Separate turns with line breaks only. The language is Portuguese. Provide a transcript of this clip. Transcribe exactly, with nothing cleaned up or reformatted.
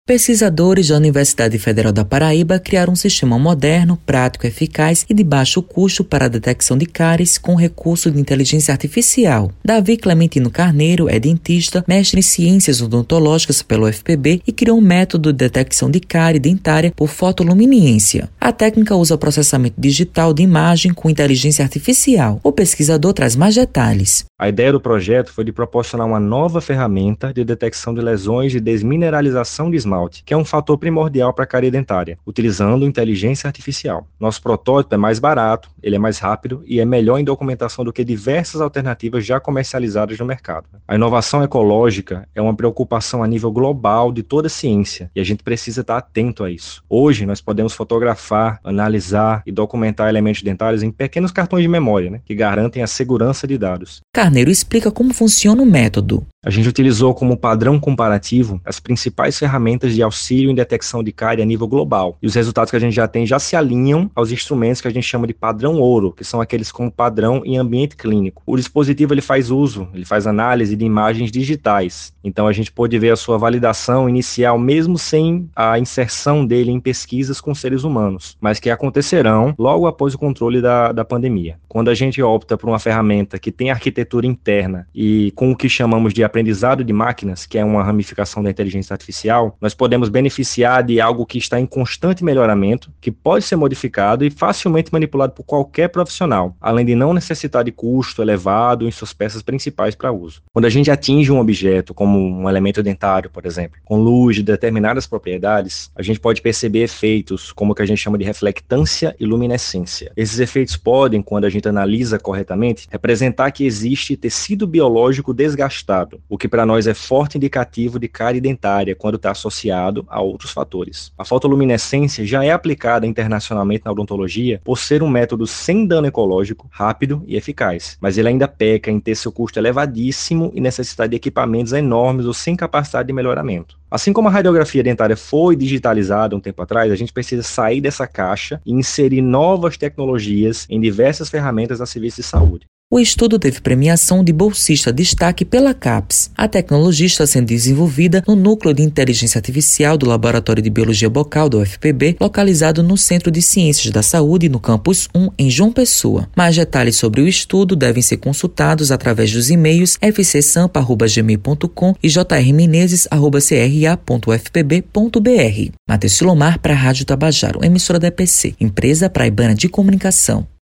Pesquisadores da Universidade Federal da Paraíba criaram um sistema moderno, prático, eficaz e de baixo custo para a detecção de cáries com recurso de inteligência artificial. Davi Clementino Carneiro é dentista, mestre em ciências odontológicas pelo U F P B e criou um método de detecção de cárie dentária por fotoluminescência. A técnica usa processamento digital de imagem com inteligência artificial. O pesquisador traz mais detalhes.
A ideia do projeto foi de proporcionar uma nova ferramenta de detecção de lesões e desmineralização de esmalte, que é um fator primordial para a cárie dentária, utilizando inteligência artificial. Nosso protótipo é mais barato, ele é mais rápido e é melhor em documentação do que diversas alternativas já comercializadas no mercado. A inovação ecológica é uma preocupação a nível global de toda a ciência e a gente precisa estar atento a isso. Hoje, nós podemos fotografar, analisar e documentar elementos dentários em pequenos cartões de memória, né, que garantem a segurança de dados.
Carneiro explica como funciona o método.
A gente utilizou como padrão comparativo as principais ferramentas de auxílio em detecção de cárie a nível global. E os resultados que a gente já tem já se alinham aos instrumentos que a gente chama de padrão ouro, que são aqueles como padrão em ambiente clínico. O dispositivo ele faz uso, ele faz análise de imagens digitais. Então a gente pode ver a sua validação inicial mesmo sem a inserção dele em pesquisas com seres humanos, mas que acontecerão logo após o controle da, da pandemia. Quando a gente opta por uma ferramenta que tem arquitetura interna e com o que chamamos de aprendizado de máquinas, que é uma ramificação da inteligência artificial, nós podemos beneficiar de algo que está em constante melhoramento, que pode ser modificado e facilmente manipulado por qualquer profissional, além de não necessitar de custo elevado em suas peças principais para uso. Quando a gente atinge um objeto, como um elemento dentário, por exemplo, com luz de determinadas propriedades, a gente pode perceber efeitos como o que a gente chama de reflectância e luminescência. Esses efeitos podem, quando a gente analisa corretamente, representar que existe tecido biológico desgastado, o que para nós é forte indicativo de cárie dentária quando está associado a outros fatores. A fotoluminescência já é aplicada internacionalmente na odontologia por ser um método sem dano ecológico, rápido e eficaz, mas ele ainda peca em ter seu custo elevadíssimo e necessidade de equipamentos enormes ou sem capacidade de melhoramento. Assim como a radiografia dentária foi digitalizada um tempo atrás, a gente precisa sair dessa caixa e inserir novas tecnologias em diversas ferramentas da serviço de saúde.
O estudo teve premiação de bolsista destaque pela CAPES. A tecnologia está sendo desenvolvida no Núcleo de Inteligência Artificial do Laboratório de Biologia Bucal do U F P B, localizado no Centro de Ciências da Saúde, no Campus um, em João Pessoa. Mais detalhes sobre o estudo devem ser consultados através dos e-mails f c sampa arroba gmail ponto com e j r menezes arroba c r a ponto u f p b ponto b r. Matheus Silomar para a Rádio Tabajaro, emissora da E P C, empresa paraibana de comunicação.